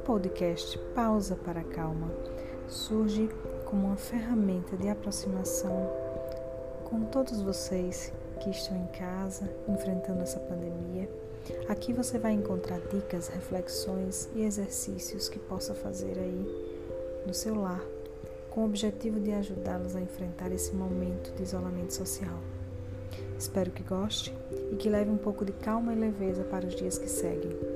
podcast Pausa para a Calma surge como uma ferramenta de aproximação com todos vocês que estão em casa, enfrentando essa pandemia. Aqui você vai encontrar dicas, reflexões e exercícios que possa fazer aí no seu lar, com o objetivo de ajudá-los a enfrentar esse momento de isolamento social. Espero que goste e que leve um pouco de calma e leveza para os dias que seguem.